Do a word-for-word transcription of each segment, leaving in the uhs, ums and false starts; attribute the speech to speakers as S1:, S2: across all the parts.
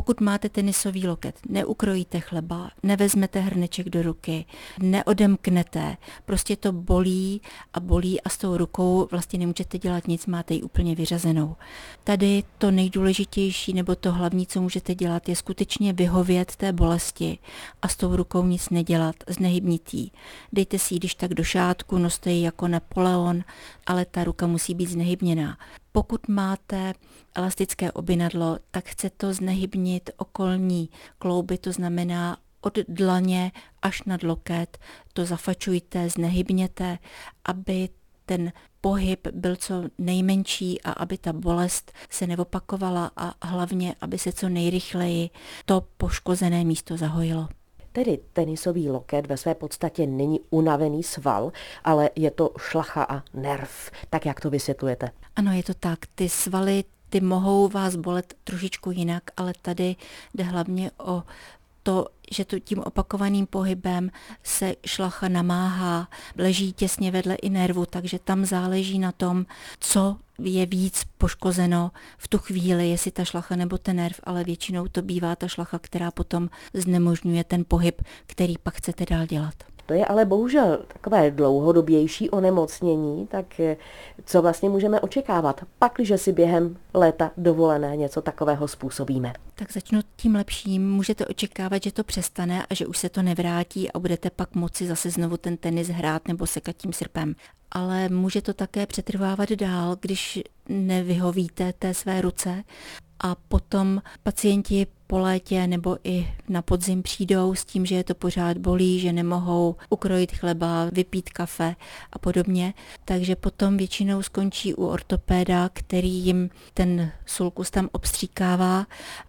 S1: Pokud máte tenisový loket, neukrojíte chleba, nevezmete hrneček do ruky, neodemknete, prostě to bolí a bolí a s tou rukou vlastně nemůžete dělat nic, máte ji úplně vyřazenou. Tady to nejdůležitější nebo to hlavní, co můžete dělat, je skutečně vyhovět té bolesti a s tou rukou nic nedělat, znehybnit jí. Dejte si ji když tak do šátku, noste ji jako Napoleon, ale ta ruka musí být znehybněná. Pokud máte elastické obynadlo, tak chce to znehybnit okolní klouby, to znamená od dlaně až nad loket, to zafačujte, znehybněte, aby ten pohyb byl co nejmenší a aby ta bolest se neopakovala a hlavně, aby se co nejrychleji to poškozené místo zahojilo.
S2: Tedy tenisový loket ve své podstatě není unavený sval, ale je to šlacha a nerv. Tak jak to vysvětlujete?
S1: Ano, je to tak. Ty svaly, ty mohou vás bolet trošičku jinak, ale tady jde hlavně o to, že to tím opakovaným pohybem se šlacha namáhá, leží těsně vedle i nervu, takže tam záleží na tom, co je víc poškozeno v tu chvíli, jestli ta šlacha nebo ten nerv, ale většinou to bývá ta šlacha, která potom znemožňuje ten pohyb, který pak chcete dál dělat.
S2: To je ale bohužel takové dlouhodobější onemocnění, tak co vlastně můžeme očekávat, pakliže si během léta dovolené něco takového způsobíme?
S1: Tak začnu tím lepším. Můžete očekávat, že to přestane a že už se to nevrátí a budete pak moci zase znovu ten tenis hrát nebo sekat tím srpem. Ale může to také přetrvávat dál, když nevyhovíte té své ruce a potom pacienti po létě nebo i na podzim přijdou s tím, že je to pořád bolí, že nemohou ukrojit chleba, vypít kafe a podobně. Takže potom většinou skončí u ortopéda, který jim ten sulkus tam obstříkává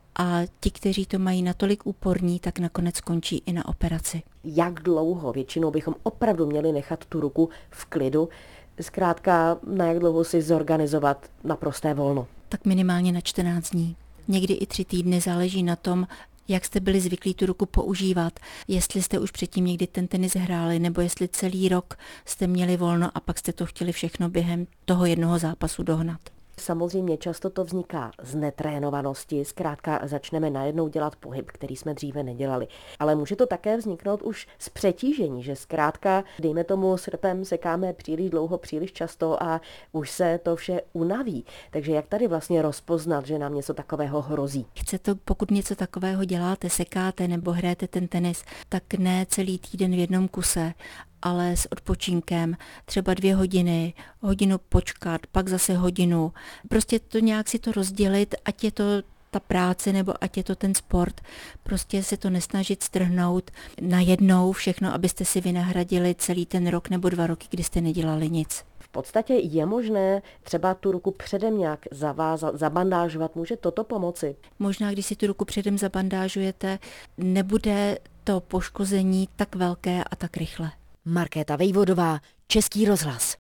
S1: a ti, kteří to mají natolik úporní, tak nakonec skončí i na operaci.
S2: Jak dlouho? Většinou bychom opravdu měli nechat tu ruku v klidu. Zkrátka, na jak dlouho si zorganizovat naprosté volno?
S1: Tak minimálně na čtrnáct dní. Někdy i tři týdny, záleží na tom, jak jste byli zvyklí tu ruku používat, jestli jste už předtím někdy ten tenis hráli, nebo jestli celý rok jste měli volno a pak jste to chtěli všechno během toho jednoho zápasu dohnat.
S2: Samozřejmě často to vzniká z netrénovanosti, zkrátka začneme najednou dělat pohyb, který jsme dříve nedělali. Ale může to také vzniknout už z přetížení, že zkrátka, dejme tomu, srpem sekáme příliš dlouho, příliš často a už se to vše unaví. Takže jak tady vlastně rozpoznat, že nám něco takového hrozí?
S1: Chcete, pokud něco takového děláte, sekáte nebo hrajete ten tenis, tak ne celý týden v jednom kuse, ale s odpočinkem, třeba dvě hodiny, hodinu počkat, pak zase hodinu. Prostě to nějak si to rozdělit, ať je to ta práce nebo ať je to ten sport. Prostě se to nesnažit strhnout najednou všechno, abyste si vynahradili celý ten rok nebo dva roky, kdy jste nedělali nic.
S2: V podstatě je možné třeba tu ruku předem nějak zavázat, zabandážovat. Může toto pomoci?
S1: Možná, když si tu ruku předem zabandážujete, nebude to poškození tak velké a tak rychle.
S3: Markéta Vejvodová, Český rozhlas.